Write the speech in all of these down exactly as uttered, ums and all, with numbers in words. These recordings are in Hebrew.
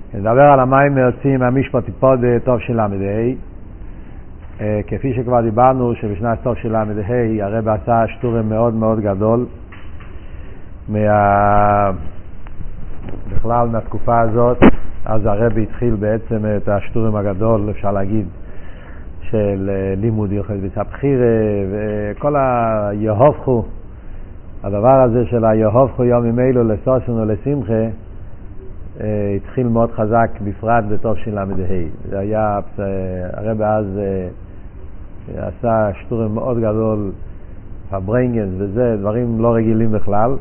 נדבר על המים מרצים מהמשפט טיפוד טוב של למדי. כפי שכבר דיברנו שבשנת טוב של למדי הרב עשה שטורם מאוד מאוד גדול מה... בכלל מהתקופה הזאת. אז הרב התחיל בעצם את השטורם הגדול, אפשר להגיד, של לימוד הלכות בסבחירה וכל היהופכו, הדבר הזה של היהופכו יום ממילא לסוסן ולשמחה התחיל מאוד חזק בפרט בטוב של למדי. זה היה, הרב אז עשה שטורם מאוד גדול, פברנגנס וזה, דברים לא רגילים בכלל.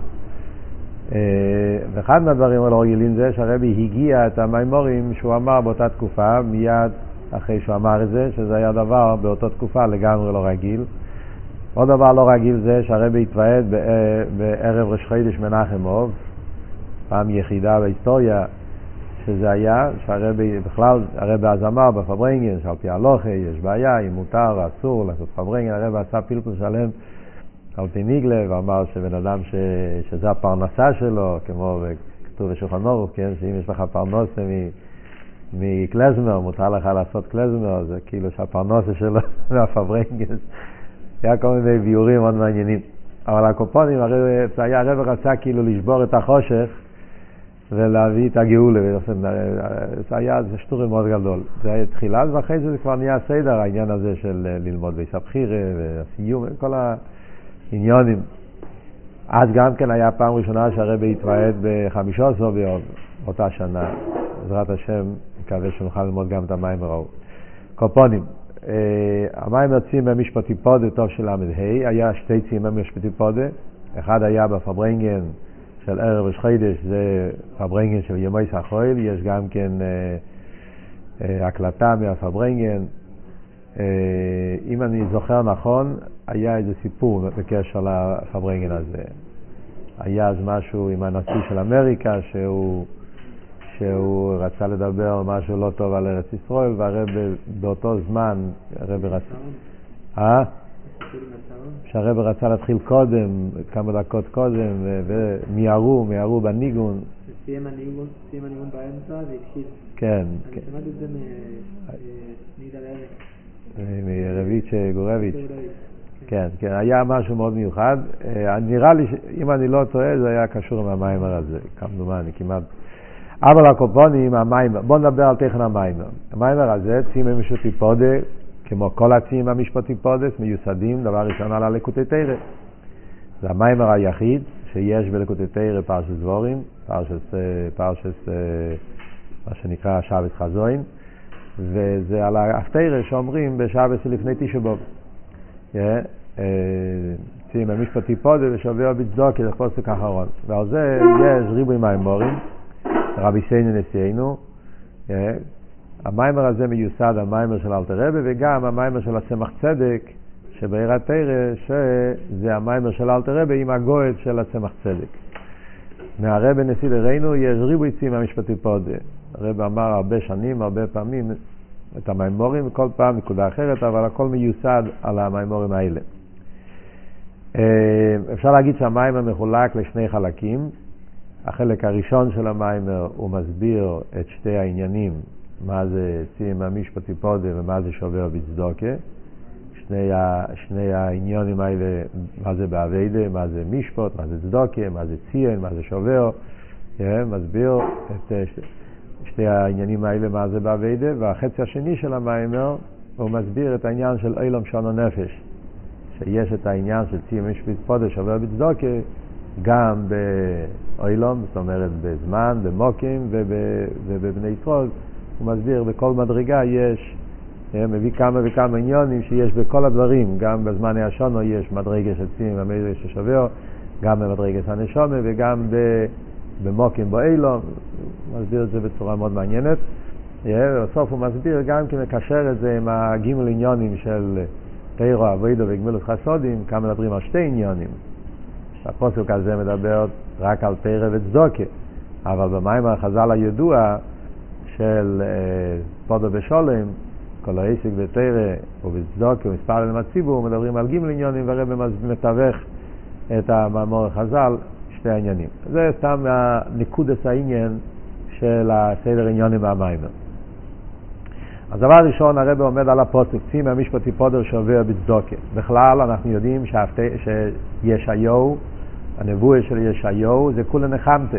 ואחד מהדברים הלא רגילים זה שהרבי הגיע את המימורים שהוא אמר באותה תקופה, מיד אחרי שהוא אמר את זה, שזה היה דבר באותה תקופה לגמרי לא רגיל. עוד דבר לא רגיל זה שהרבי התוועד בערב ראש חודש מנחם-אוב, פעם יחידה בהיסטוריה שזה היה, שהרבי בכלל, הרבי אז אמר בפברנגן שעל פי הלוכה יש בעיה, אם מותר או אסור לעשות פברנגן. הרבי עשה פלפול שלם על פי ניגלה ואמר שבן אדם ש... שזה הפרנסה שלו, כמו כתוב בשולחן ערוך, כן? שאם יש לך פרנסה מ... מקלזמר, מותר לך לעשות קלזמר, זה כאילו שהפרנסה שלו מהפברנגן. היה כל מיני ביורים מאוד מעניינים. אבל הקופונים, זה היה הרב רצה כאילו לשבור את החושך ולהביא את הגאולה. זה היה שטורם מאוד גדול. זה היה תחילה, ואחרי זה זה כבר נהיה סדר, העניין הזה של ללמוד בסבחירה והסיום, כל העניונים. אז גם כן היה פעם ראשונה שהרבי התוועד בחמישה עשר ביום, אותה שנה. בעזרת השם, מקווה שנוכל ללמוד גם את המים הראו. קופונים. המים יוצאים במשפט טיפודה טוב של למד ה', היה שתי ציים במשפט טיפודה. אחד היה בפברנגן של ערב ראש חודש, זה פברנגן של ימי סחויל, יש גם כן הקלטה מהפברנגן. אם אני זוכר נכון, היה איזה סיפור בקשר לפברנגן הזה. היה אז משהו עם הנשיא של אמריקה שהוא שהוא רצה לדבר משהו לא טוב על ארץ ישראל, והרב באותו זמן, הרב רצה... אה? שהרב רצה להתחיל קודם, כמה דקות קודם, ומיהרו, מיהרו בניגון. סיים הניגון, סיים הניגון באמצע והתחיל. כן. אני שמעתי את זה מנידה לארץ. מרביץ' גורביץ'. כן, כן, היה משהו מאוד מיוחד. נראה לי, אם אני לא טועה, זה היה קשור עם המיימר הזה, כמדומני, כמעט. אבל הקופונים, המיימר, בואו נדבר על תכן המיימר. המיימר הזה, ציים במשפט טיפודה, כמו כל הציים במשפט טיפודס, מיוסדים, דבר ראשון על הליקוטי תורה. זה המיימר היחיד שיש בליקוטי תורה פרשת דבורים, פרשת, פרשת, מה שנקרא שבת חזוין, וזה על ההפטרה שאומרים בשבת לפני תשעה באב. ציים במשפט טיפודה ושבוע בצדוקה, זה פסוק האחרון. ועל זה יש ריבוי מיימורים. רבי סיינו נשיאנו, המיימר הזה מיוסד המיימר של אלתר רבי, וגם המיימר של הצמח צדק שבעיר התורה, שזה המיימר של אלתר רבי עם הגויד של הצמח צדק. מהרבי נשיא לראינו יש ריבוי ציים במשפט טיפודה. הרבי אמר הרבה שנים, הרבה פעמים את המיימורים, וכל פעם נקודה אחרת, אבל הכל מיוסד על המיימורים האלה. אפשר להגיד שהמיימר מחולק לשני חלקים. החלק הראשון של המיימר הוא מסביר את שתי העניינים, מה זה ציים המשפט טיפודה ומה זה שובר בצדוקה. שני, שני העניינים האלה, מה זה בעבודה, מה זה משפט, מה זה צדוקה, מה זה ציין, מה זה שובר. מסביר את שתי העניינים האלה, מה זה בעבודה. והחצי השני של המיימר הוא מסביר את העניין של עולם שונו נפש, שיש את העניין של ציים המשפט טיפודה שובר בצדוקה גם באילום, זאת אומרת בזמן, במוקים ובבני ישראל. הוא מסביר בכל מדרגה יש, מביא כמה וכמה עניונים שיש בכל הדברים, גם בזמן השונו יש מדרגה של ציים ומדרגה של שובר, גם במדרגה של הנשמה וגם במוקים באילום. הוא מסביר את זה בצורה מאוד מעניינת. ובסוף הוא מסביר גם כי מקשר את זה עם הגימל עניונים של תורה, עבודה וגמילות חסודים, כמה מדברים על שתי עניונים. הפסוק הזה מדבר רק על תורה וצדוקה, אבל במיימר החז"ל הידוע של פודו בשולם, כל העסק בתורה ובצדוקה ומספר אל הציבור, מדברים על גימל עניונים, והרבי מתווך את המאמר החז"ל שתי העניינים. זה סתם נקודס העניין של הסדר עניונים והמיימר. אז דבר ראשון, הרב עומד על הפוסק, צי מהמשפטי פודר שעובר בצדוקה. בכלל אנחנו יודעים שישעיהו, הנבואה של ישעיהו זה כולה נחמתה.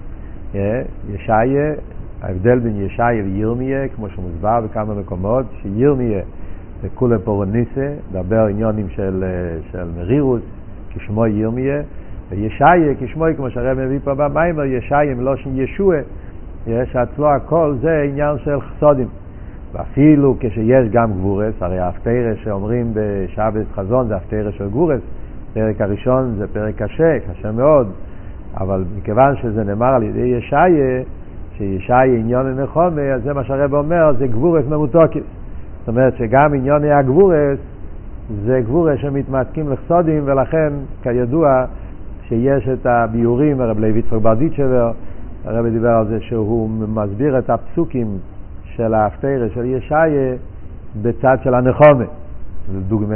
ישעיה, ההבדל בין ישעיה וירמיה, כמו שמוסבר בכמה מקומות, שירמיה זה כולה פורניסה, דבר עניונים של, של מרירוס, כשמו ירמיה, וישעיה, כשמו, כמו שהרב מביא פה במיימר, ישעיה מלושן ישוע, שאצלו הכל זה עניין של חסודים. ואפילו כשיש גם גבורס, הרי ההפטרה שאומרים בשבת חזון זה ההפטרה של גבורס, פרק הראשון זה פרק קשה, קשה מאוד, אבל מכיוון שזה נאמר על ידי ישעיה, שישעיה עניון הנחומה, אז זה מה שהרב אומר, זה גבורס ממותוקס. זאת אומרת שגם עניון הגבורס זה גבורס שמתמעתקים לחסודים, ולכן כידוע שיש את הביורים, הרב לוי יצחק ברדיצ'בר, הרב דיבר על זה שהוא מסביר את הפסוקים של ההפטרה של ישעיה בצד של הנחומה. לדוגמה,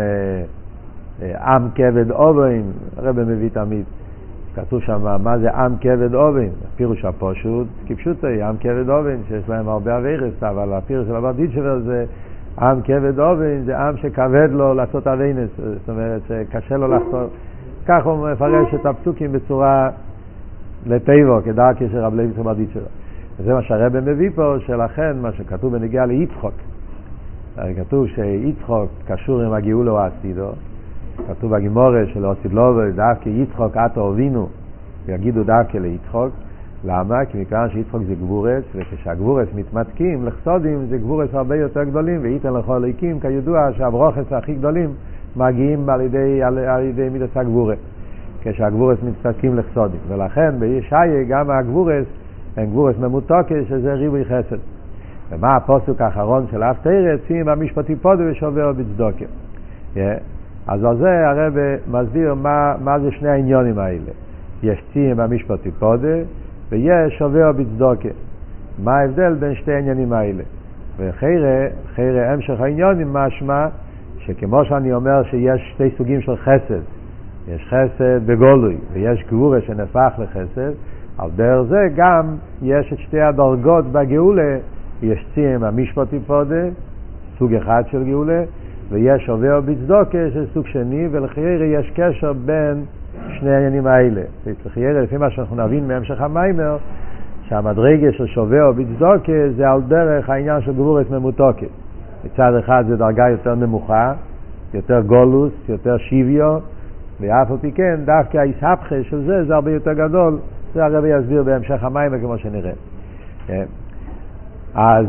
עם כבד אובן, הרב מביא תמיד, כתוב שם מה זה עם כבד אובן, הפירוש הפשוט, כפשוט עם כבד אובן, שיש להם הרבה עבירות, אבל הפירוש של הברדיצ'בר זה עם כבד אובן, זה עם שכבד לו לעשות עבינות, זאת אומרת שקשה לו לעשות, כך הוא מפרש את הפסוקים בצורה לטבע, כדרכי של רב לוי יצחק ברדיצ'בר. וזה מה שהרב מביא פה, שלכן מה שכתוב בנגיעה ליצחק, כתוב שיצחק קשור עם הגאולה או העתידו, כתוב בגימורה של עוסיד לובו, דווקא יצחק עתו אבינו, ויגידו דווקא ליצחק. למה? כי מכאן שיצחק זה גבורס, וכשהגבורס מתמתקים לחסודים זה גבורס הרבה יותר גדולים, וייתן לכל הליקים, כידוע שהברוכס הכי גדולים מגיעים על ידי, על, על ידי מידס הגבורס, כשהגבורס מתמתקים לחסודים. ולכן בישעיה גם הגבורס הם גבורס ממותוקס, שזה ריבוי חסד. ומה הפסוק האחרון של ההפטרה? צי מהמשפטי פודר ושעובר בצדוקה. Yeah. אז על זה הרב מסביר מה, מה זה שני העניונים האלה. יש צי מהמשפטי פודר ויש שעובר בצדוקה. מה ההבדל בין שתי העניינים האלה? וחיירה, חיירה המשך העניונים משמע שכמו שאני אומר שיש שתי סוגים של חסד, יש חסד בגולוי ויש גבורה שנפח לחסד, על דרך זה גם יש את שתי הדרגות בגאולה, יש צי מהמשפטי פודר, סוג אחד של גאולה, ויש עובר בצדוקה של סוג שני, ולחיירה יש קשר בין שני העניינים האלה. לחיירה, לפי מה שאנחנו נבין מהמשך המיימר, שהמדרגה של שובר בצדוקה זה על דרך העניין של גבורת ממותוקת. מצד אחד זה דרגה יותר נמוכה, יותר גולוס, יותר שיביו, ואף על פי כן דווקא ההסהפכה של זה זה הרבה יותר גדול. זה הרב יסביר בהמשך המיימר כמו שנראה. אז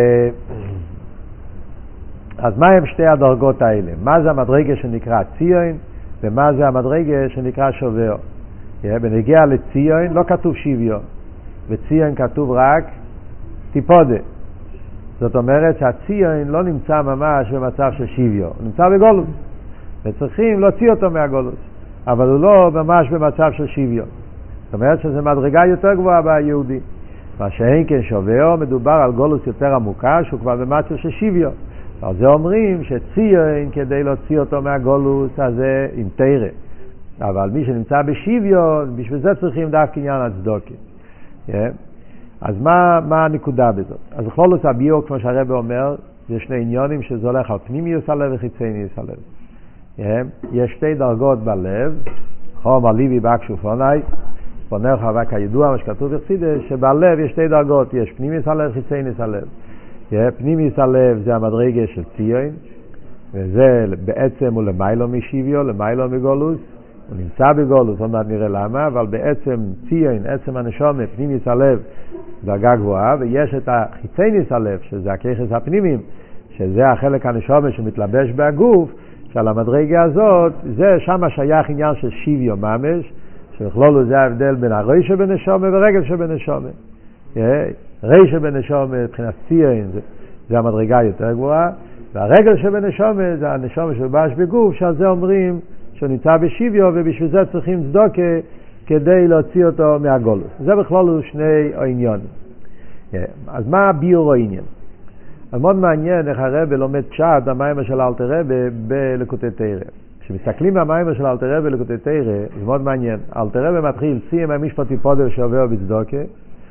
אז מה הם שתי הדרגות האלה? מה זה המדרגה שנקרא ציון, ומה זה המדרגה שנקרא שובר? בנגיע לציון לא כתוב שיביו, וציון כתוב רק טיפודה. זאת אומרת שהציון לא נמצא ממש במצב של שיביו, הוא נמצא בגולוס, וצריכים להוציא אותו מהגולוס, אבל הוא לא ממש במצב של שיביו. זאת אומרת שזה מדרגה יותר גבוהה ביהודי. מה שאין כן שובר, מדובר על גולוס יותר עמוקה, שהוא כבר במצב של שיביו. אז זה אומרים שציון כדי להוציא אותו מהגולוס הזה עם תירה, אבל מי שנמצא בשיביו, בשביל זה צריכים דווקא עניין הצדוקה. Yeah. אז מה, מה הנקודה בזאת? אז בכלולוס הביור, כמו שהרב אומר, זה שני עניונים שזה הולך על פנימיוס הלב וחיצוניוס הלב. Yeah. יש שתי דרגות בלב, חום הליבי באקשופוני, פונר חווה כידוע, מה שכתוב בחסידות, שבלב יש שתי דרגות, יש פנימיוס הלב וחיצוניוס הלב. Yeah, פנימיוס הלב זה המדרגה של ציון, וזה בעצם הוא למיילו משיביו, למיילו מגולוס, הוא נמצא בגולוס, עוד מעט נראה למה, אבל בעצם ציון, עצם הנשמה, פנימיוס הלב, דרגה גבוהה, ויש את החיצוניוס הלב, שזה הכיחס הפנימיים, שזה החלק הנשמה שמתלבש בהגוף, שעל המדרגה הזאת, זה שם שייך עניין של שיביו ממש, שבכלולו זה ההבדל בין הראש שבנשמה ורגל שבנשמה. Yeah, ראש שבנשמה מבחינת ציון זה, זה המדרגה יותר גבוהה, והרגל שבנשמה זה הנשמה שבאש בגוף, שעל זה אומרים שהוא נמצא בשיביו, ובשביל זה צריכים צדוקה כדי להוציא אותו מהגולוס. זה בכלל הוא שני העניונים. Yeah. אז מה הביור העניין? אז מאוד מעניין איך הרב לומד פשט המיימר של אלתר רבי בליקוטי תורה. כשמסתכלים מהמיימר של אלתר רבי בליקוטי תורה, זה מאוד מעניין. אלתר רבי מתחיל צי מהמשפטי פודר שעובר בצדוקה,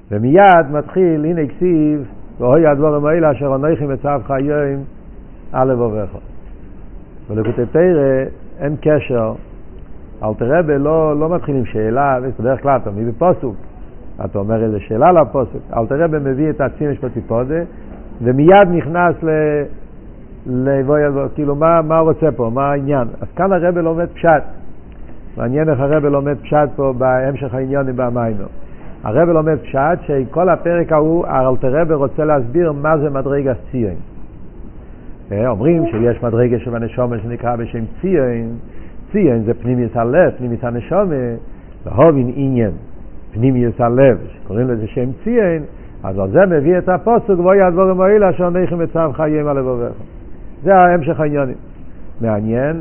ומיד מתחיל, הנה כסיב, ואוי הדבורים האלה אשר אנוכי מצווך היום על לבבך. ולקוטי תורה אין קשר, אלתר רבי לא, לא מתחיל עם שאלה, בדרך כלל אתה מביא פסוק, אתה אומר איזה שאלה לפסוק, אלתר רבי מביא את הצימש בטיפודה, ומיד נכנס ל... לבוא, כאילו מה, מה הוא רוצה פה, מה העניין. אז כאן הרבי לומד פשט, מעניין איך הרבי לומד פשט פה בהמשך העניונים במיימר. הרבי לומד פשט שכל הפרק ההוא, אלתר רבי רוצה להסביר מה זה מדרגה ציון. אומרים שיש מדרגה שבנשומה שנקרא בשם ציון, ציון זה פנימיוס הלב, פנימיוס הנשומה, להובין עניין, פנימיוס הלב, שקוראים לזה שם ציון, אז על זה מביא את הפסוק, ואוי הדבורים האלה אשר אנוכי מצווך היום על לבבך. זה ההמשך העניונים. מעניין,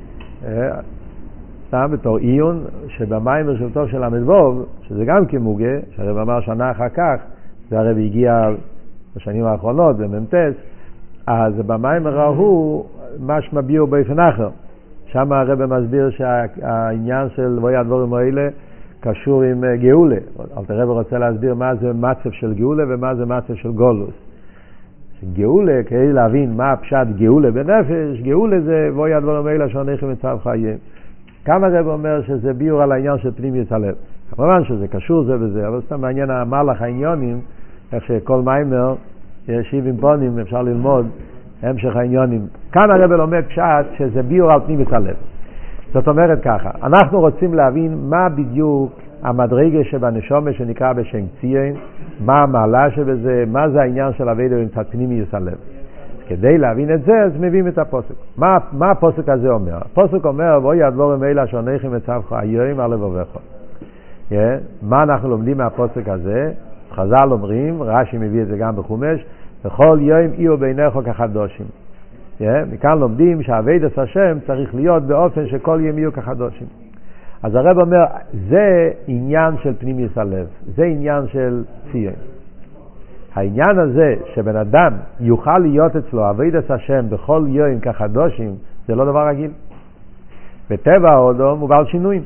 סתם בתור עיון, שבמיימר של טוב של המדבוב, שזה גם כמוגה, שהרב אמר שנה אחר כך, זה הרב הגיע בשנים האחרונות, בממתס, אז במיימר ההוא, משמע ביור באופן אחר. שם הרב מסביר שהעניין של ואוי הדבורים האלה קשור עם גאולה. אלתר רבי רוצה להסביר מה זה מצב של גאולה ומה זה מצב של גולוס. גאולה, כדי להבין מה הפשט גאולה בנפש, גאולה זה ואוי הדבורים האלה אשר אנוכי מצווך היום. כמה רב אומר שזה ביור על העניין של פנימיוס הלב. כמובן שזה קשור זה וזה, אבל סתם מעניין המהלך העניונים, איך שכל מיימר, שבעים פונים, אפשר ללמוד המשך העניונים. כאן הרב לומד פשט שזה ביור על פנימיוס הלב. זאת אומרת ככה, אנחנו רוצים להבין מה בדיוק המדרגה שבנשומה שנקרא בשם ציון, מה המעלה שבזה, מה זה העניין של עבודה עם צד פנימיוס הלב. כדי להבין את זה, אז מביאים את הפסוק. מה, מה הפסוק הזה אומר? הפסוק אומר, ואוי הדבורים האלה אשר אנוכי מצווך היום על לבבך. Yeah. מה אנחנו לומדים מהפסוק הזה? חז"ל אומרים, רש"י מביא את זה גם בחומש, בכל יום יהיו בעיניך כחדושים. Yeah. מכאן לומדים שעבודת השם צריך להיות באופן שכל יום יהיו כחדושים. אז הרב אומר, זה עניין של פנימיוס הלב, זה עניין של ציון. העניין הזה שבן אדם יוכל להיות אצלו עבודת השם בכל יום כחדושים, זה לא דבר רגיל. בטבע האדם הוא בעל שינויים.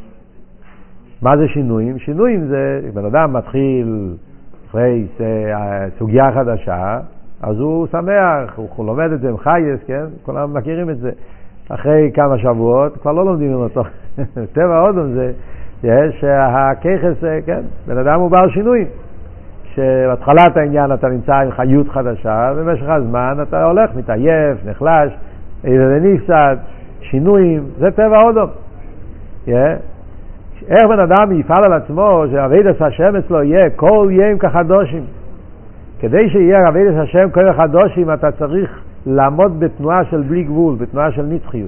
מה זה שינויים? שינויים זה, בן אדם מתחיל אחרי סוגיה חדשה, אז הוא שמח, הוא לומד את זה עם חייס, כן? כולם מכירים את זה. אחרי כמה שבועות, כבר לא לומדים אותו. טבע האדם זה, שהכיחס, כן? בן אדם הוא בעל שינויים. שבהתחלת העניין אתה נמצא עם חיות חדשה, ובמשך הזמן אתה הולך, מתעייף, נחלש, נפסד, שינויים, זה טבע האדם. Yeah. איך בן אדם יפעל על עצמו שעבודת השם אצלו יהיה כל יום כחדושים. כדי שיהיה עבודת השם כל כחדושים אתה צריך לעמוד בתנועה של בלי גבול, בתנועה של נצחיות.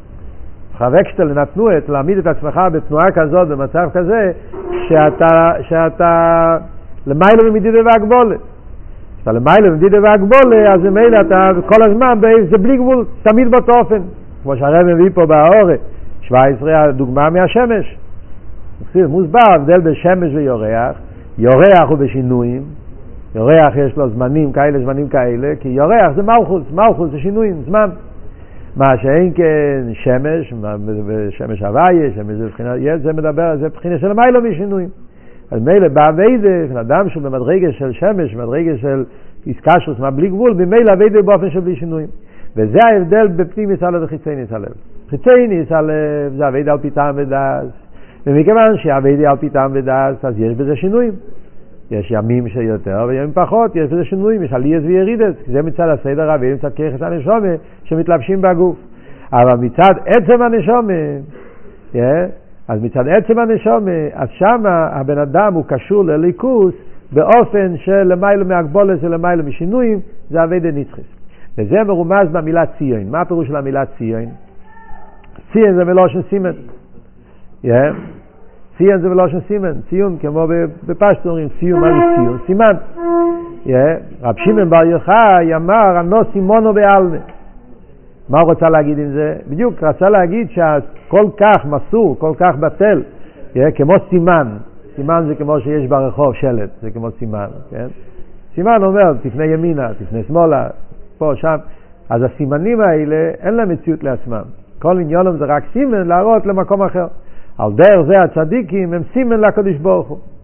חבק שאתה לנתנועת, להעמיד את עצמך בתנועה כזאת, במצב כזה, שאתה, שאתה למיילו ומדידה והגבולה. כשאתה למיילו ומדידה והגבולה, אז למיילו אתה כל הזמן, זה בלי גבול, תמיד באותו אופן. כמו שהרב מביא פה באורת, שבע עשרה הדוגמה מהשמש. מוסבר, הבדל בשמש ויורח, יורח הוא בשינויים, יורח יש לו זמנים כאלה, זמנים כאלה, כי יורח זה מלכות, מלכות זה שינויים, זמן. מה שאין כן שמש, שמש הוויה, שמש זה בחינה, זה מדבר, זה בחינה של מיילו משינויים. אז מילא בעבודה, אדם שהוא במדרגה של שמש, במדרגה של איסקשוס, מה בלי גבול, במילא עבודה באופן של בלי שינויים. וזה ההבדל בפנימיוס הלב וחיצוניוס הלב. חיצוניוס הלב זה עבודה על פי טעם ודעת, ומכיוון שעבודה על פי טעם ודעת, אז יש בזה שינויים. יש ימים שיותר וימים פחות, יש בזה שינויים, יש עליות וירידות, זה מצד הסדר רבי, מצד כיחס הנשומה שמתלבשים בגוף. אבל מצד עצם הנשומה, yeah, אז מצד עצם הנשומה, אז שם הבן אדם הוא קשור לליכוס באופן של למיילו מהגבולת ולמיילו משינויים, זה עבודה נצחית. וזה מרומז במילה ציון. מה הפירוש של המילה ציון? ציון זה מלושן סימן. Yeah. ציון זה מלושן סימן. ציון כמו בפשטות אומרים ציון, מה זה ציון? סימן. Yeah. רב שמעון בר יוחאי אמר אנו סימונו בעלמא. מה הוא רוצה להגיד עם זה? בדיוק רצה להגיד שהכל כך מסור, כל כך בטל, yeah, כמו סימן. סימן זה כמו שיש ברחוב שלט, זה כמו סימן. כן? סימן אומר תפנה ימינה, תפנה שמאלה, פה, שם. אז הסימנים האלה אין להם מציאות לעצמם. כל עניונם זה רק סימן להראות למקום אחר. על דרך זה הצדיקים הם סימן לקדוש ברוך הוא.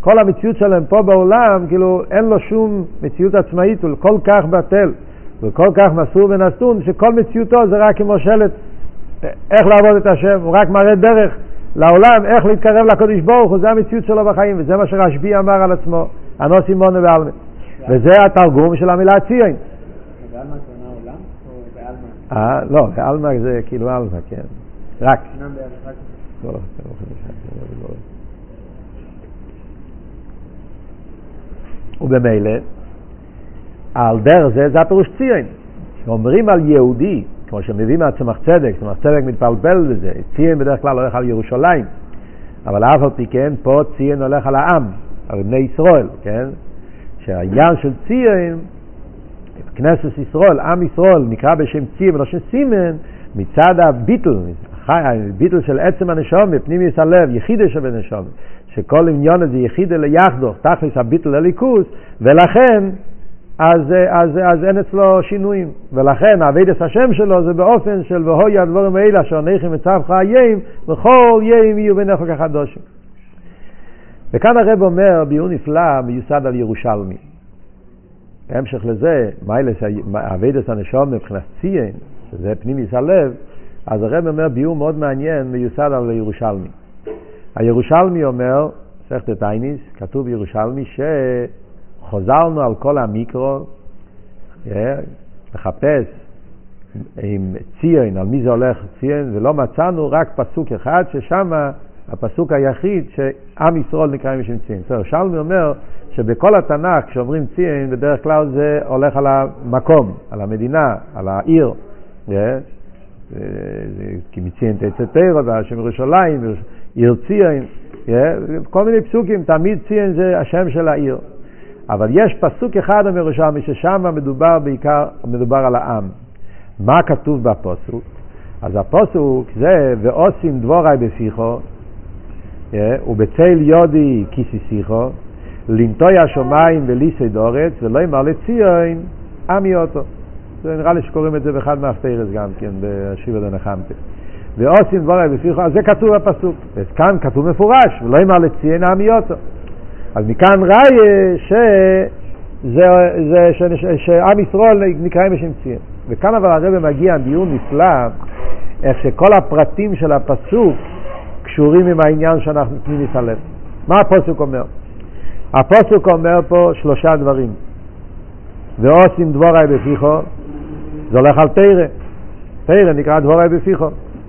כל המציאות שלהם פה בעולם, כאילו אין לו שום מציאות עצמאית, הוא כל כך בטל, וכל כך מסור ונסתון, שכל מציאותו זה רק כמו שלט, איך לעבוד את השם, הוא רק מראה דרך לעולם, איך להתקרב לקדוש ברוך הוא, זה המציאות שלו בחיים, וזה מה שרשב"י אמר על עצמו, הנוסים מונה בעלמא. וזה התרגום של המילה ציון. בעלמא זה עולם או בעלמא? אה, לא, בעלמא זה כאילו עלמא, כן. רק. לא, לא, לא. ובמילא, על דרך זה, זה הפירוש ציון. כשאומרים על יהודי, כמו שמביאים מהצמח צדק, צמח צדק מתפלפל בזה, ציון בדרך כלל הולך על ירושלים, אבל אף על פי כן, פה ציון הולך על העם, על בני ישראל, כן? שהעניין של ציון, כנסת ישראל, עם ישראל, נקרא בשם ציון ולא שם סימן, מצד הביטל, הביטל של עצם הנשום, בפנימיוס הלב, יחידה שבנשום, שכל עניין הזה יחידה ליחדוך, תכלס הביטל לליכוס, ולכן, אז, אז, אז אין אצלו שינויים, ולכן עבודת השם שלו זה באופן של והוי הדברים האלה אשר נכי מצבך חיים וכל יום יהיו בינך כחדושים. וכאן הרב אומר ביור נפלא מיוסד על ירושלמי. בהמשך לזה, עבודת הנשום מבחינת ציון, שזה פנימיוס הלב, אז הרב אומר ביור מאוד מעניין מיוסד על ירושלמי. הירושלמי אומר, מסכת תעניס, כתוב בירושלמי ש חוזרנו על כל המיקרו, לחפש עם ציון, על מי זה הולך ציון, ולא מצאנו רק פסוק אחד, ששם הפסוק היחיד שעם ישראל נקראים בשם ציון. זאת אומרת, שלמי אומר שבכל התנ"ך, כשאומרים ציון, בדרך כלל זה הולך על המקום, על המדינה, על העיר. כי מציון תצא תורה, והשם ירושלים, עיר ציון, כל מיני פסוקים, תמיד ציון זה השם של העיר. אבל יש פסוק אחד המרושלמי ששם מדובר בעיקר, מדובר על העם. מה כתוב בפסוק? אז הפסוק זה ועושים דבורי בפיכו, ובצל יודי כיסיסיכו, לנטוי השמיים וליסי דורץ, ולא יאמר לציון עמי אותו. זה נראה לי שקוראים את זה באחד מהפטרס גם כן, בשיבה דנחמתי. ועושים דבורי בפיכו, אז זה כתוב בפסוק. וכאן כתוב מפורש, ולא יאמר לציון עמי אותו. אז מכאן ראי שזה, זה, ש, שעם ישראל נקראים בשם ציון. וכאן אבל הרב מגיע דיון נפלא, איך שכל הפרטים של הפסוק קשורים עם העניין שאנחנו פנימי סלב. מה הפסוק אומר? הפסוק אומר פה שלושה דברים. ועושים דבורי בפיכו, זה הולך על תורה. תורה נקרא דבורי בפיכו.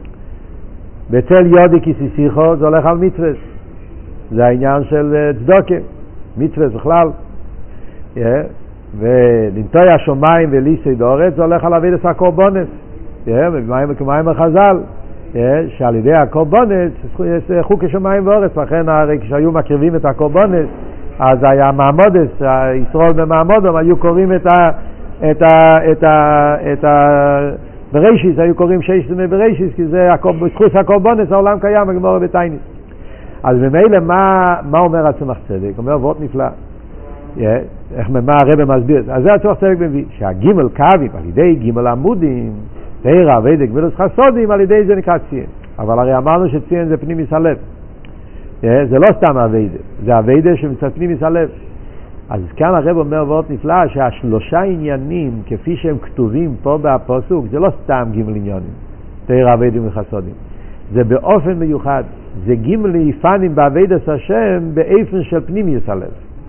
בצל יודי כיסיסיכו, זה הולך על מצווה. זה העניין של צדוקה, מצווה בכלל. Yeah. ולנטוי השמיים וליסי דורץ, זה הולך על עבודת הקורבנות. כמים החז"ל, yeah. שעל ידי הקורבנות, יש חוק השמיים ואורץ, לכן הרי כשהיו מקריבים את הקורבנות, אז היה מעמודס, ישראל במעמודם, היו קוראים את ה... את ה... את ה... את ה... בראשיס, היו קוראים שש דמי בראשיס, כי זה בזכות הקורבנות, העולם קיים, הגמרא בתעניס. אז במילא מה, מה אומר הצמח צדק? אומר וורט נפלא. Yeah, איך מה הרב מסביר? אז זה הצמח צדק מביא, שהגימל קווים על ידי גימל עמודים, תירא ודק ולוס חסודים, על ידי זה נקרא ציין. אבל הרי אמרנו שציין זה פנימיוס הלב. Yeah, זה לא סתם הווידה, זה הווידה שמצד פנימיוס הלב. אז כאן הרב אומר וורט נפלא, שהשלושה עניינים כפי שהם כתובים פה בפסוק, זה לא סתם גימל עניונים, תירא ודק וחסודים. זה באופן מיוחד. זה גימל יפנים בעבודת השם באופן של פנימיוס הלב.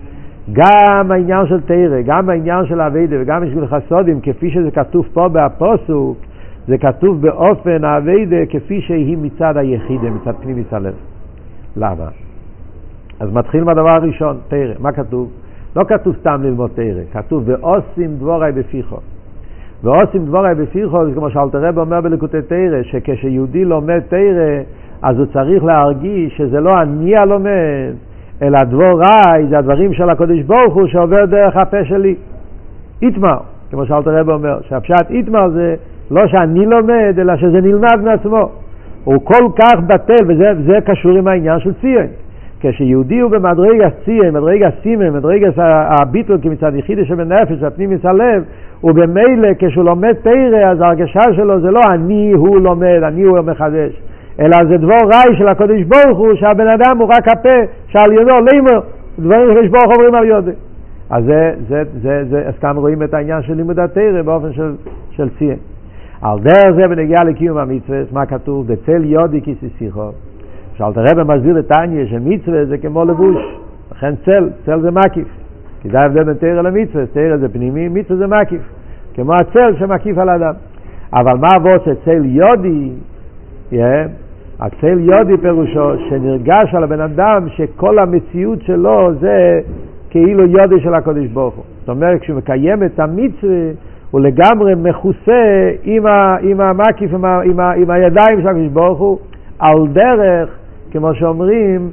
גם העניין של תורה, גם העניין של העבודה וגם בשביל חסודים, כפי שזה כתוב פה בפסוק, זה כתוב באופן העבודה כפי שהיא מצד היחידה, מצד פנימיוס הלב. למה? אז מתחיל מהדבר הראשון, תורה. מה כתוב? לא כתוב סתם ללמוד תורה, כתוב ועושים דבורי בפיכו. ועושים דבורי בפיכו, זה כמו שאלתר רב אומר בליקוטי תורה, שכשיהודי לומד תורה, אז הוא צריך להרגיש שזה לא אני הלומד, אלא דבורי, זה הדברים של הקדוש ברוך הוא שעובר דרך הפה שלי. איתמר, כמו שאלתר רב אומר, שהפשט איתמר זה לא שאני לומד, אלא שזה נלמד מעצמו. הוא כל כך בטל, וזה זה קשור עם העניין של ציון. כשיהודי הוא במדרגה ציון, מדרגה סימן, מדרגה הביטול כמצד יחידה שבנפש, הפנימיוס הלב, ובמילא כשהוא לומד תורה, אז ההרגשה שלו זה לא אני הוא לומד, אני הוא מחדש, אלא זה דבר רעי של הקדוש ברוך הוא, שהבן אדם הוא רק הפה, שעל ידו לימר, דברים שיש ברוך אומרים על יודע. אז זה, זה, זה, זה, אז כאן רואים את העניין של לימוד התורה באופן של, של ציין. על דרך זה בנגיעה לקיום המצווה, מה כתוב? בצל יודי כיסיסיכו. שאלת הרב מסביר לתניא שמצווה זה כמו לבוש, לכן צל, צל זה מקיף. כי זה ההבדל בין תורה למצווה, תורה זה פנימי, מצווה זה מקיף. כמו הצל שמקיף על האדם. אבל מה עושה צל יודי? Yeah. הצל יודי פירושו שנרגש על הבן אדם שכל המציאות שלו זה כאילו יודי של הקדוש ברוך הוא. זאת אומרת, כשהוא מקיים את המצווה, הוא לגמרי מכוסה עם, ה, עם המקיף, עם, ה, עם, ה, עם הידיים של הקדוש ברוך הוא, על דרך, כמו שאומרים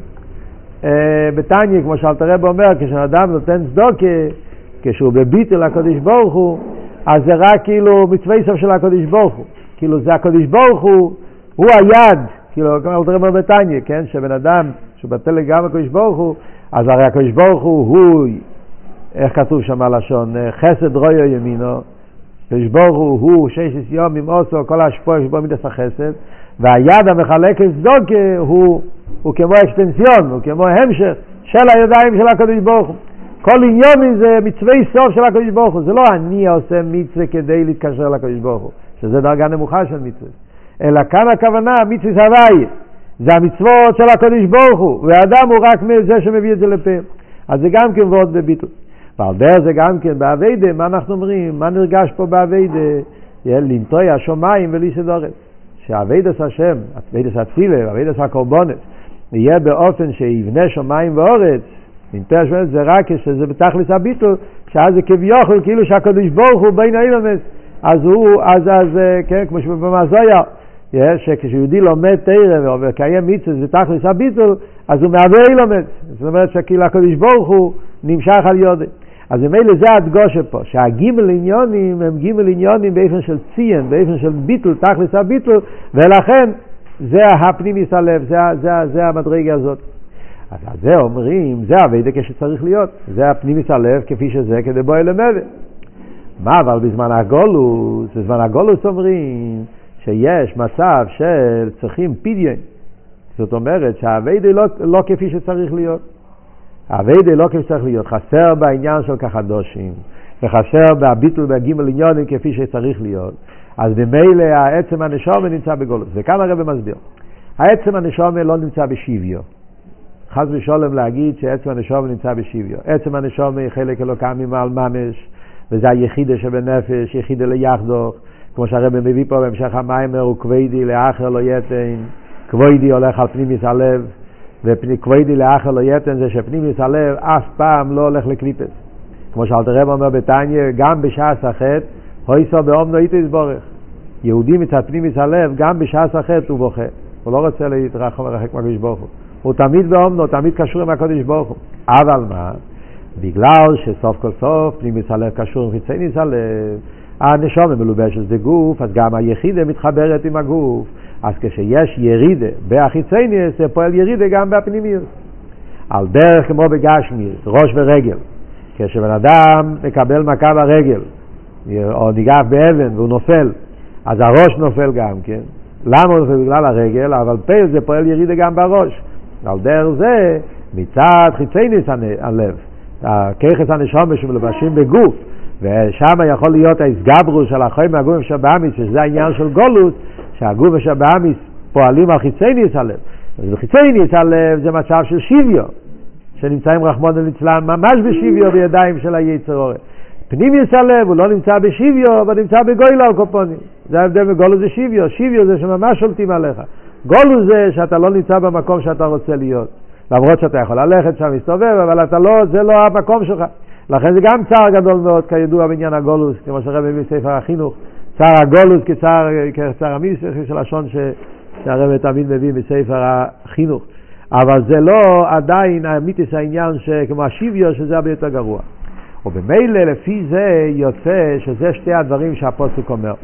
אה, בתניא, כמו שאלתר רבי אומר, כשאדם נותן צדוקה, כשהוא בביטול הקדוש ברוך הוא, אז זה רק כאילו מצווה סוף של הקדוש ברוך הוא. כאילו זה הקדוש ברוך הוא, הוא היד, כאילו, כמו אלתר רבי אומר בתניא, כן? שבן אדם, שהוא בטל לגמרי הקדוש ברוך הוא, אז הרי הקדוש ברוך הוא, הוא, איך כתוב שם הלשון, חסד רויו ימינו, הקדוש ברוך הוא, הוא ששת ימים עושו, כל השפוע שבו מידס החסד, והיד המחלקת צדוקה הוא, הוא כמו אקסטנסיון, הוא כמו המשך של הידיים של הקדוש ברוך הוא. כל עניין זה מצווה סוף של הקדוש ברוך הוא, זה לא אני עושה מצווה כדי להתקשר לקדוש ברוך הוא, שזה דרגה נמוכה של מצווה, אלא כאן הכוונה, מצווה סבי, זה המצוות של הקדוש ברוך הוא, והאדם הוא רק זה שמביא את זה לפה. אז זה גם כן ועוד בביטול. ועל דרך זה גם כן בעבודה, מה אנחנו אומרים? מה נרגש פה בעבודה? לנטוי השומיים וליסדורס. שהעבודת השם, עבודת התפילה, עבודת הקורבנות, יהיה באופן שיבנה שמיים ואורץ, לנטוי השומיים זה רק כשזה בתכלס הביטול, שאז זה כביכול כאילו שהקדוש ברוך הוא בין האילומס, אז הוא, אז, אז, כן, כמו שבמזויה, שכשיהודי לומד תורה וקיים מצווה זה תכלס הביטול, אז הוא מהווה אילומס. זאת אומרת שכאילו הקדוש ברוך הוא נמשך על יודע. אז ממילא זה הדגושה פה, שהגימל עניונים הם גימל עניונים באופן של ציין, באופן של ביטול, תכלס הביטול, ולכן זה הפנימיס הלב, זה, זה, זה המדרגה הזאת. אז זה אומרים, זה העבודה כשצריך להיות, זה הפנימיס הלב כפי שזה כדי בוא אלמד. מה אבל בזמן הגולוס, בזמן הגולוס אומרים שיש מצב של צריכים פדיון, זאת אומרת שהעבודה לא, לא כפי שצריך להיות. העבודה לא כפי שצריך להיות, חסר בעניין של כחדושים, וחסר בביטול בגימל עניונים כפי שצריך להיות. אז במילא העצם הנשמה נמצא בגולוס. וכאן הרב מסביר, העצם הנשמה לא נמצא בשוויו. חס ושלום להגיד שעצם הנשמה נמצא בשוויו. עצם הנשמה היא חלק אלוקם ממעל ממש, וזה היחידה שבנפש, יחידה ליחדוך, כמו שהרב מביא פה בהמשך המיימר, הוא כבדי לאחר לא יתן, כבדי הולך על פנימיס הלב, וכבדי לאחר לא יתן זה שפנימיס הלב אף פעם לא הולך לקליפס. כמו שאלתר רבי אומר בתניא, גם בשעת החטא, הויסו באומנו איתו יסבורך. יהודי מצד פנימיס הלב, גם בשעת החטא הוא בוכה. הוא לא רוצה להתרחק מרחק מהקדוש ברוך הוא. הוא תמיד באומנו, תמיד קשור עם הקדוש ברוך הוא. אבל מה? בגלל שסוף כל סוף פנימיס הלב קשור עם חיצוניס הלב, הנשמה מלובשת בגוף, אז גם היחידה מתחברת עם הגוף. אז כשיש ירידה בהחיצוניס, זה פועל ירידה גם בפנימיות. על דרך כמו בגשמיות, ראש ורגל. כשבן אדם מקבל מכה ברגל, או ניגף באבן והוא נופל, אז הראש נופל גם כן. למה הוא נופל? בגלל הרגל, אבל פה זה פועל ירידה גם בראש. על דרך זה, מצד חיצוניס הלב, הכיחס הנשמה שמלובשים בגוף, ושם יכול להיות ההסגברוס של החיים מהגוף שבאמיס, שזה העניין של גולוס, שהגוף שבאמיס פועלים על חיצוניס הלב. וחיצוניס הלב זה מצב של שוויו, שנמצאים רחמון וליצלן ממש בשוויו בידיים של היצר אור. פנימיוס הלב הוא לא נמצא בשוויו, אבל נמצא בגוילה על קופונים. זה ההבדל מגולוס זה שוויו. שוויו זה שממש שולטים עליך. גולוס זה שאתה לא נמצא במקום שאתה רוצה להיות. למרות שאתה יכול ללכת שם, מסתובב, אבל אתה לא, זה לא המקום שלך. לכן זה גם צער גדול מאוד, כידוע בעניין הגולוס, כמו שהרב מביא בספר החינוך. צער הגולוס כצער, כצער המיסר של השון שהרב תמיד מביא בספר החינוך. אבל זה לא עדיין האמיתיס העניין שכמו השוויו, שזה הרבה יותר גרוע. ובמילא לפי זה יוצא שזה שתי הדברים שהפוסק אומר.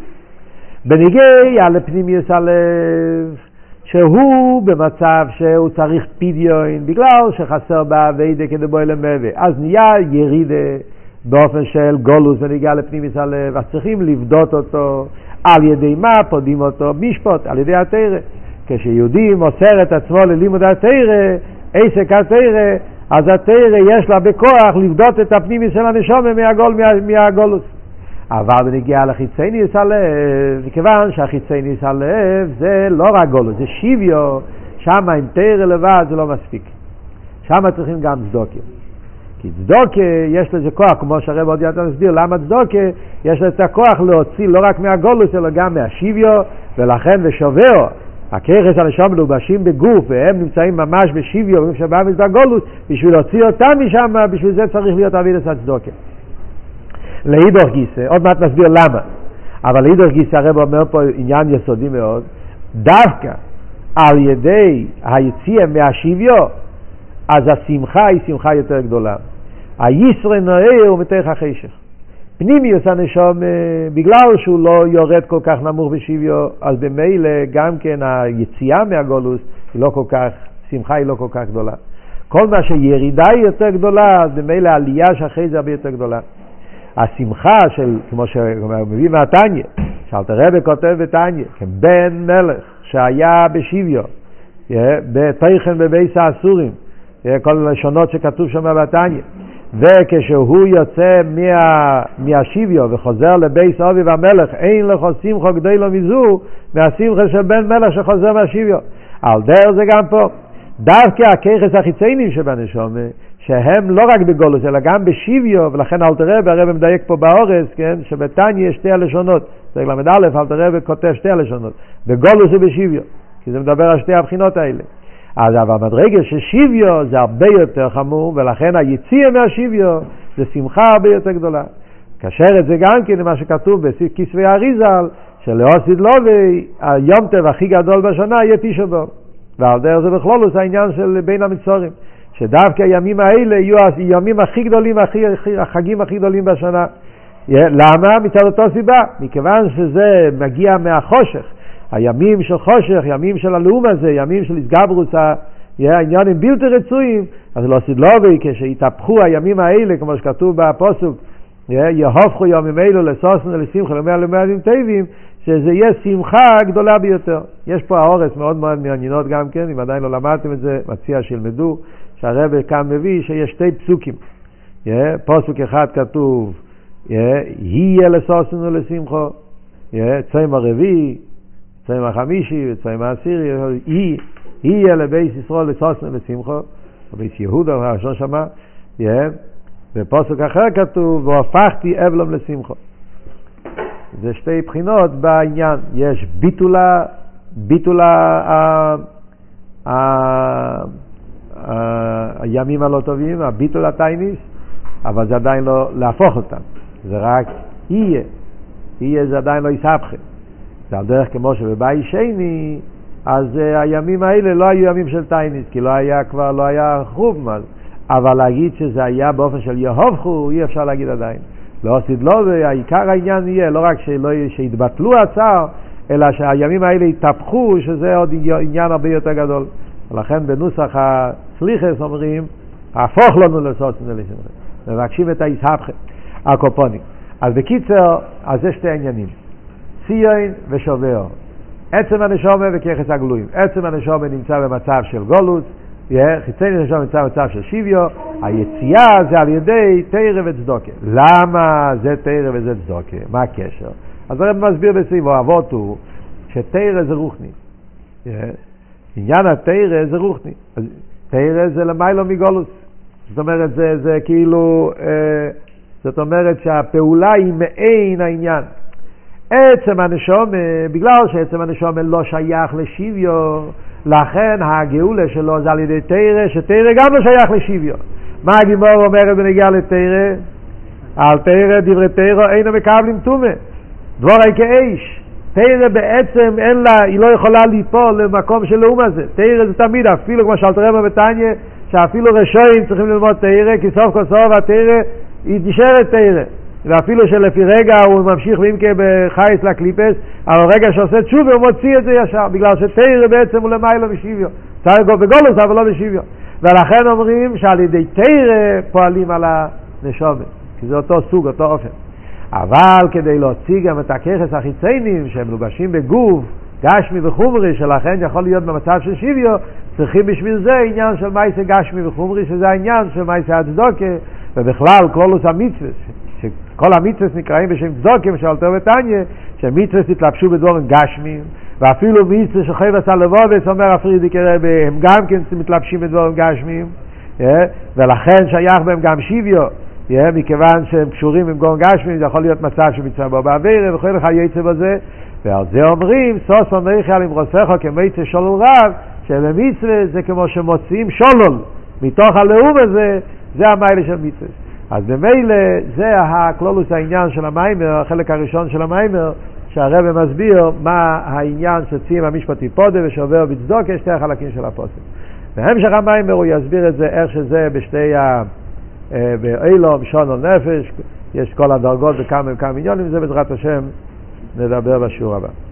בניגי לפנימיוס הלב, שהוא במצב שהוא צריך פדיון, בגלל שחסר בעבודה כדי בוא למבא. אז נהיה ירידה באופן של גולוס ונגיע לפנימיוס הלב, אז צריכים לבדות אותו על ידי מה? פודים אותו משפט, על ידי התורה. כשיהודי מוסר את עצמו ללימוד התורה, עסק התורה, אז התורה יש לה בכוח לבדות את הפנימי של הנשמה מהגול, מה, מהגולוס. אבל בנגיעה לחיצייניס הלב, מכיוון שהחיצייניס הלב זה לא רק גולוס, זה שיביו, שם עם תורה לבד זה לא מספיק. שם צריכים גם צדוקה. כי צדוקה יש לזה כוח, כמו שהרב עוד יותר מסביר, למה צדוקה יש לזה הכוח להוציא לא רק מהגולוס, אלא גם מהשיביו, ולכן ושובעו. הכיחס הנשמה מלובשים בגוף, והם נמצאים ממש בשיביו, והם שבאים את הגולוס, בשביל להוציא אותם משם, בשביל זה צריך להיות עבודת הצדוקה. להידור גיסא, עוד מעט נסביר למה, אבל להידור גיסא הרב אומר פה עניין יסודי מאוד, דווקא על ידי היציאה מהשיביו, אז השמחה היא שמחה יותר גדולה. הישרה נוער הוא מתוך החשך. פנימיוס הנשמה, בגלל שהוא לא יורד כל כך נמוך בשיביו, אז במילא גם כן היציאה מהגולוס היא לא כל כך, שמחה היא לא כל כך גדולה. כל מה שירידה היא יותר גדולה, אז במילא העלייה שאחרי זה הרבה יותר גדולה. השמחה של, כמו שמביא מהתניא, שאלתר רבי כותב בתניא, כבן מלך שהיה בשיביו, בתוכן בבייס האסורים, כל הלשונות שכתוב שם בתניא, וכשהוא יוצא מה, מהשיביו וחוזר לבייס אביו המלך, אין לך שמחה גדולה מזו מהשמחה של בן מלך שחוזר מהשיביו. על דרך זה גם פה, דווקא הכיחס החיציינים שבנשמה, שהם לא רק בגולוס אלא גם בשיביו, ולכן אלתר רבי הרב מדייק פה באורס, כן, שבתניא יש שתי הלשונות, זה למד א', אלתר רבי כותב שתי הלשונות, בגולוס ובשיביו, כי זה מדבר על שתי הבחינות האלה. אז אבל מדרגה ששיביו זה הרבה יותר חמור, ולכן היציאה מהשיביו זה שמחה הרבה יותר גדולה. קשר את זה גם כן למה שכתוב בכסבי האריזל, שלאוסיד לובי, היום טב הכי גדול בשנה יהיה תשעה באב. ועל דרך זה בכלולוס העניין של בין המצורים, שדווקא הימים האלה יהיו הימים הכי גדולים, הכי, החגים הכי גדולים בשנה. למה? מצד אותו סיבה, מכיוון שזה מגיע מהחושך, הימים של חושך, ימים של הלאום הזה, ימים של הסגברוס, העניינים בלתי רצויים, אז לא סדלובי, כשהתהפכו הימים האלה, כמו שכתוב בפסוק, יהופכו ימים אלו לסוסן ולשמחה למאה למאדים טובים, שזה יהיה שמחה גדולה ביותר. יש פה האורס מאוד מאוד מעניינות גם כן, אם עדיין לא למדתם את זה, מציע שילמדו, שהרב כאן מביא שיש שתי פסוקים. פסוק אחד כתוב, יהיה לסוסן ולשמחה, צום הרביעי, צום החמישי וצום העשירי, יהיה לבית ישראל לסוסן ולשמחה, בית יהודה הראשון שמה, בפסוק אחר כתוב, והפכתי אבלום לשמחה. זה שתי בחינות בעניין, יש ביטולה, ביטולה ה, ה, ה, הימים הלא טובים, הביטולה טייניס, אבל זה עדיין לא להפוך אותם, זה רק יהיה, יהיה זה עדיין לא יסבכה. זה על דרך כמו שבבית שני, אז הימים האלה לא היו ימים של טייניס, כי לא היה כבר, לא היה חוב מאז, אבל להגיד שזה היה באופן של יהובכו, אי אפשר להגיד עדיין. לא עשית לו, והעיקר העניין יהיה, לא רק שלא, שהתבטלו הצער, אלא שהימים האלה התהפכו, שזה עוד עניין הרבה יותר גדול. ולכן בנוסח הסליחס אומרים, הפוך לנו לסוסן ולשמחה. מבקשים את ההסהפכה, הקופונים. אז בקיצר, אז זה שתי עניינים. ציון ושובע. עצם הנשמה וכיחס הגלויים. עצם הנשמה נמצא במצב של גולוס, חיצי נשמה נמצא במצב של שיביו, היציאה זה על ידי תורה וצדוקה. למה זה תורה וזה צדוקה? מה הקשר? אז הרב מסביר בסביבו, אבות הוא, שתורה זה רוחני. עניין התורה זה רוחני. תורה זה למיילו מגולוס. זאת אומרת, זה, זה כאילו, זאת אומרת שהפעולה היא מעין העניין. עצם הנשמה, בגלל שעצם הנשמה לא שייך לשיביו, לכן הגאולה שלו זה על ידי תורה, שתורה גם לא שייך לשיביו. מה הגימור אומרת בנגיעה לתורה? על תורה, דברי תורה, אינו מקבלים טומאה. דבורי כאש. תורה בעצם אין לה, היא לא יכולה ליפול למקום של לאום הזה. תורה זה תמיד, אפילו כמו שאלתר רבי בתניא, שאפילו רשעים צריכים ללמוד תורה, כי סוף כל סוף התורה היא נשארת תורה. ואפילו שלפי רגע הוא ממשיך ואם כבחייס לקליפס, אבל רגע שעושה תשובה הוא מוציא את זה ישר, בגלל שתורה בעצם הוא למעלה בשוויו. צריך לגוף בגולוס אבל לא בשוויו. ולכן אומרים שעל ידי תורה פועלים על הנשמה, כי זה אותו סוג, אותו אופן. אבל כדי להוציא גם את הכיחס החיציינים שהם מלובשים בגוף, גשמי וחומרי, שלכן יכול להיות במצב של שוויו, צריכים בשביל זה עניין של מייסה גשמי וחומרי, שזה העניין של מייסה הצדוקה, ובכלל כלולוס המצווה, שכל המצווה נקראים בשם צדוקה, של אלתר ותניא, שמצווה תתלבשו בדברים גשמיים, ואפילו מצווה שחייבס הלבובס, אומר הפרידיקי רבי, הם גם כן מתלבשים בדברים גשמיים, ולכן שייך בהם גם שיביו, מכיוון שהם קשורים עם גורם גשמיים, זה יכול להיות מצב שמצווה בו בעבירה, וכל אחד יצא בזה, ועל זה אומרים, סוס אומריך על אמרוסך כמיצה שולול רב, שבמצווה זה כמו שמוציאים שולול, מתוך הלאום הזה, זה המיילה של מצווה. אז במילא זה הכלולוס העניין של המיימר, החלק הראשון של המיימר, שהרב מסביר מה העניין שציים המשפטי פודה ושעובר בצדוקה, שתי החלקים של הפוסק. בהמשך המיימר הוא יסביר את זה איך שזה בשתי ה... באילום, שון או נפש, יש כל הדרגות וכמה וכמה עניונים, זה בעזרת השם נדבר בשיעור הבא.